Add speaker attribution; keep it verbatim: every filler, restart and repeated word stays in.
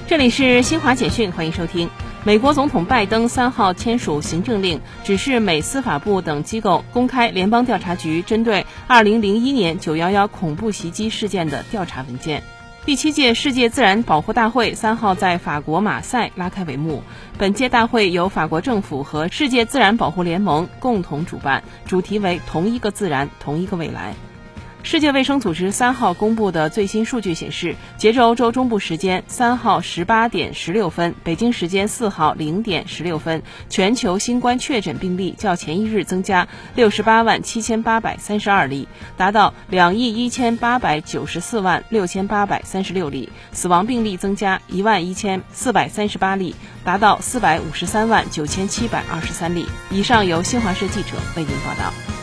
Speaker 1: 这里是新华简讯，欢迎收听。美国总统拜登三号签署行政令，指示美司法部等机构公开联邦调查局针对二零零一年九一一恐怖袭击事件的调查文件。第七届世界自然保护大会三号在法国马赛拉开帷幕。本届大会由法国政府和世界自然保护联盟共同主办，主题为同一个自然，同一个未来。世界卫生组织三号公布的最新数据显示，截至欧洲中部时间三号十八点十六分，北京时间四号零点十六分，全球新冠确诊病例较前一日增加六十八万七千八百三十二例，达到两亿一千八百九十四万六千八百三十六例，死亡病例增加一万一千四百三十八例，达到四百五十三万九千七百二十三例。以上由新华社记者为您报道。